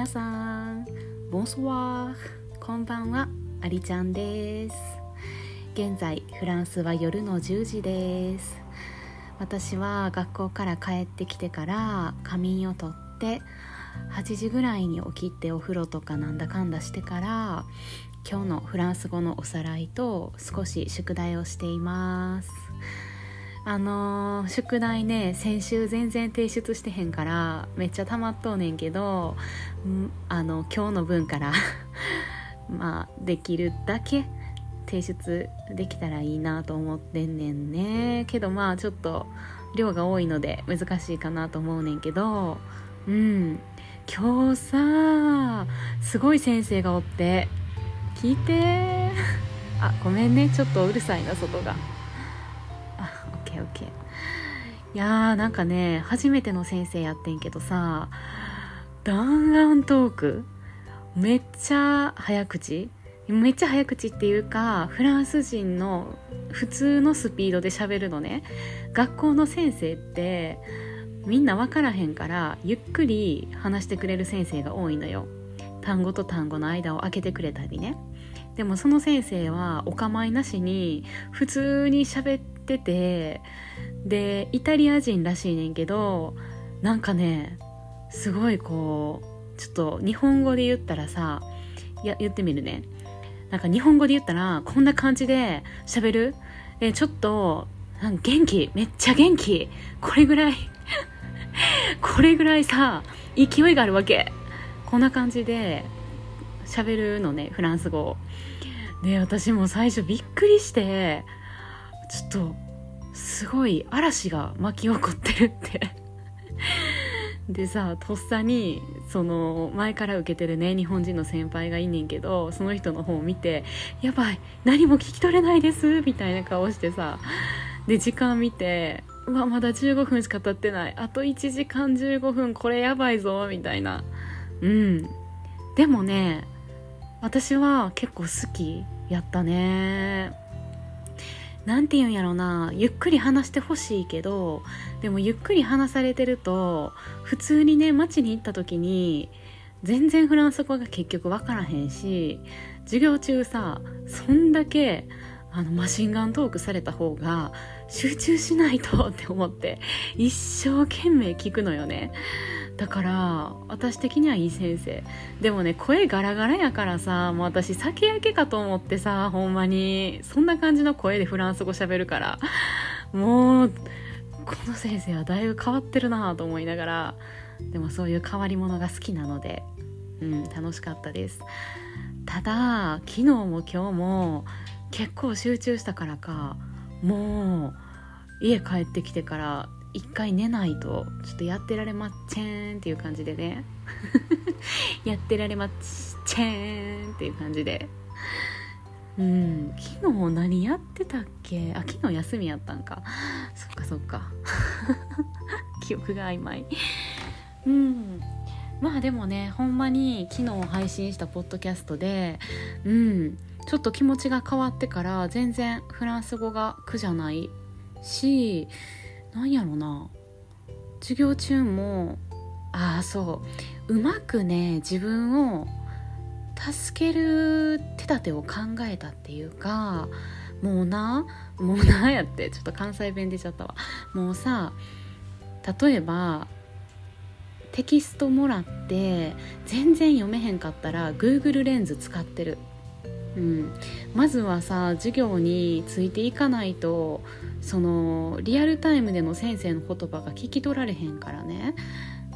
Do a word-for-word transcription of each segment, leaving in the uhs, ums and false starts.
皆さんボンソワー、こんばんは、ありちゃんです。現在フランスは夜のじゅうじです。私は学校から帰ってきてから仮眠をとってはちじぐらいに起きてお風呂とかなんだかんだしてから今日のフランス語のおさらいと少し宿題をしています。あのー、宿題ね、先週全然提出してへんからめっちゃ溜まっとうねんけど、んあの今日の分からまあできるだけ提出できたらいいなと思ってんねんね。けどまあちょっと量が多いので難しいかなと思うねんけど、うん今日さすごい先生がおって聞いてあごめんね、ちょっとうるさいな外が。あオッケーオッケー。いやーなんかね初めての先生やってんけどさ、弾丸トークめっちゃ早口めっちゃ早口っていうかフランス人の普通のスピードで喋るのね。学校の先生ってみんな分からへんからゆっくり話してくれる先生が多いのよ。単語と単語の間を空けてくれたりね。でもその先生はお構いなしに普通に喋ってて、でイタリア人らしいねんけど、なんかねすごいこうちょっと日本語で言ったらさ、いや言ってみるね。なんか日本語で言ったらこんな感じで喋る。えちょっとなんか元気、めっちゃ元気、これぐらいこれぐらいさ勢いがあるわけ。こんな感じで喋るのね、フランス語で。私も最初びっくりして、ちょっとすごい嵐が巻き起こってるってでさ、とっさにその前から受けてるね日本人の先輩がいんねんけど、その人の方を見て、やばい何も聞き取れないですみたいな顔してさ、で時間見て、うわまだじゅうごふんしか経ってない、あといちじかんじゅうごふん、これやばいぞみたいな。うんでもね私は結構好きやったね。なんていうんやろな、ゆっくり話してほしいけど、でもゆっくり話されてると普通にね街に行った時に全然フランス語が結局分からへんし、授業中さそんだけあのマシンガントークされた方が集中しないとって思って一生懸命聞くのよね。だから私的にはいい先生。でもね声ガラガラやからさ、もう私酒焼けかと思ってさ、ほんまにそんな感じの声でフランス語喋るから、もうこの先生はだいぶ変わってるなと思いながら、でもそういう変わり者が好きなので、うん楽しかったです。ただ昨日も今日も結構集中したからか、もう家帰ってきてから一回寝ないとちょっとやってられまっちぇんっていう感じでねやってられまっちぇんっていう感じで、うん昨日何やってたっけ。あ昨日休みやったんか。そっかそっか記憶が曖昧。うんまあでもねほんまに昨日配信したポッドキャストで、うんちょっと気持ちが変わってから全然フランス語が苦じゃないし、なんやろな、授業中もああそううまくね自分を助ける手立てを考えたっていうか、もうなもうなやってちょっと関西弁出ちゃったわ。もうさ例えばテキストもらって全然読めへんかったら Google レンズ使ってる。うん、まずはさ授業についていかないとそのリアルタイムでの先生の言葉が聞き取られへんからね、うん、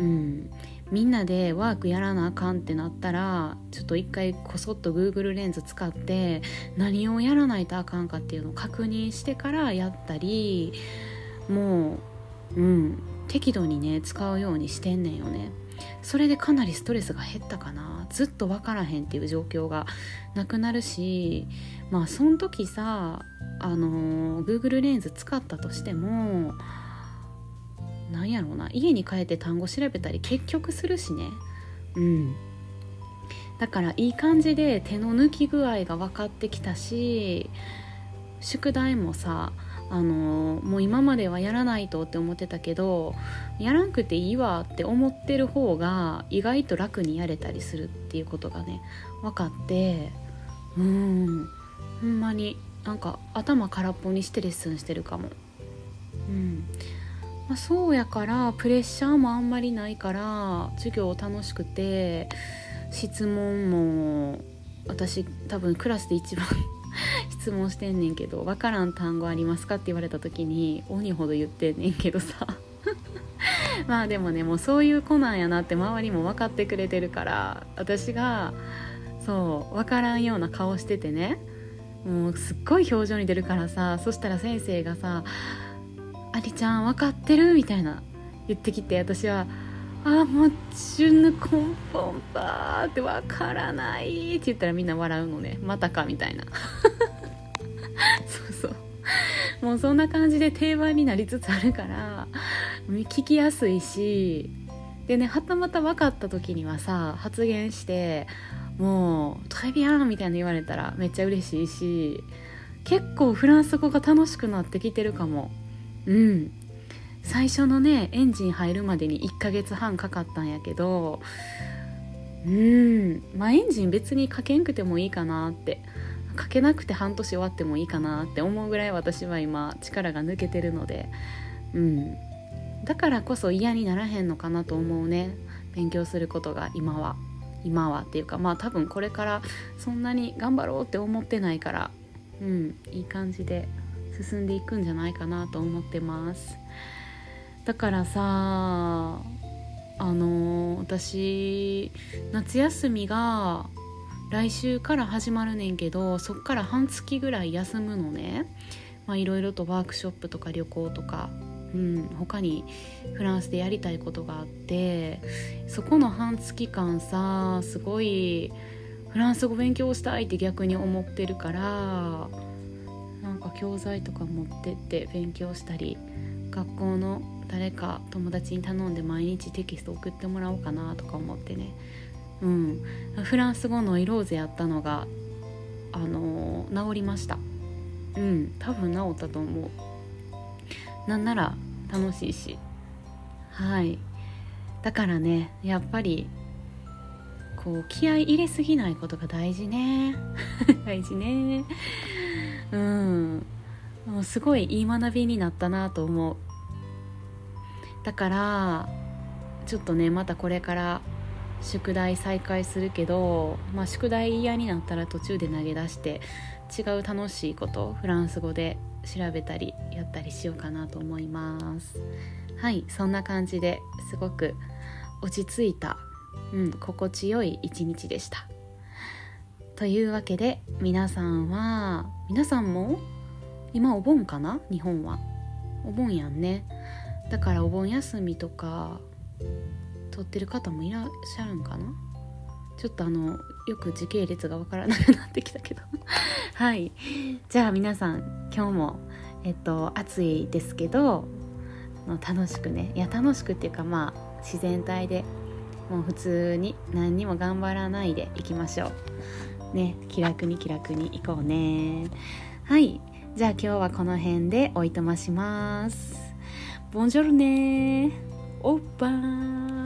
みんなでワークやらなあかんってなったらちょっと一回こそっと Google レンズ使って何をやらないとあかんかっていうのを確認してからやったり、もう、うん、適度にね使うようにしてんねんよね。それでかなりストレスが減ったかな。ずっと分からへんっていう状況がなくなるし、まあその時さあの Google レンズ使ったとしてもなんやろうな、家に帰って単語調べたり結局するしね。うんだからいい感じで手の抜き具合が分かってきたし、宿題もさあのもう今まではやらないとって思ってたけど、やらんくていいわって思ってる方が意外と楽にやれたりするっていうことがね分かって、うーんほんまになんか頭空っぽにしてレッスンしてるかも。うんまあ、そうやからプレッシャーもあんまりないから授業楽しくて、質問も私多分クラスで一番質問してんねんけど、わからん単語ありますかって言われた時に鬼ほど言ってんねんけどさまあでもね、もうそういう子なんやなって周りも分かってくれてるから、私がそう分からんような顔しててね、もうすっごい表情に出るからさ、そしたら先生がさ、ありちゃん分かってるみたいな言ってきて、私はあもちぬコンポンパーって分からないって言ったらみんな笑うのね、またかみたいなそうそう、もうそんな感じで定番になりつつあるから聞きやすいし、でね、はたまた分かった時にはさ発言して、もうトレビアンみたいな言われたらめっちゃ嬉しいし、結構フランス語が楽しくなってきてるかも。うん最初のねエンジン入るまでにいっかげつはんかかったんやけど、うんまあエンジン別にかけんくてもいいかなって、かけなくて半年終わってもいいかなって思うぐらい私は今力が抜けてるので、うんだからこそ嫌にならへんのかなと思うね、勉強することが今は今はっていうか、まあ多分これからそんなに頑張ろうって思ってないから、うんいい感じで進んでいくんじゃないかなと思ってます。だからさ、あのー、私夏休みが来週から始まるねんけど、そっから半月ぐらい休むのね。まあいろいろとワークショップとか旅行とか、うん、他にフランスでやりたいことがあって、そこの半月間さすごいフランス語勉強したいって逆に思ってるから、なんか教材とか持ってって勉強したり、学校の誰か友達に頼んで毎日テキスト送ってもらおうかなとか思ってね、うん、フランス語のイローゼやったのが、あのー、治りました。うん多分治ったと思う。なんなら楽しいし、はいだからね、やっぱりこう気合い入れすぎないことが大事ね大事ね。うんもうすごいいい学びになったなと思う。だからちょっとねまたこれから宿題再開するけど、まあ、宿題嫌になったら途中で投げ出して違う楽しいことをフランス語で調べたりやったりしようかなと思います。はいそんな感じですごく落ち着いた、うん、心地よい一日でした。というわけで皆さんは皆さんも今お盆かな、日本はお盆やんね。だからお盆休みとか取ってる方もいらっしゃるんかな。ちょっとあのよく時系列がわからなくなってきたけどはいじゃあ皆さん今日もえっと暑いですけど楽しくね、いや楽しくっていうかまあ自然体でもう普通に何にも頑張らないでいきましょうね。気楽に気楽に行こうね。はいじゃあ今日はこの辺でおいとまします。ボンジョルネーオッパー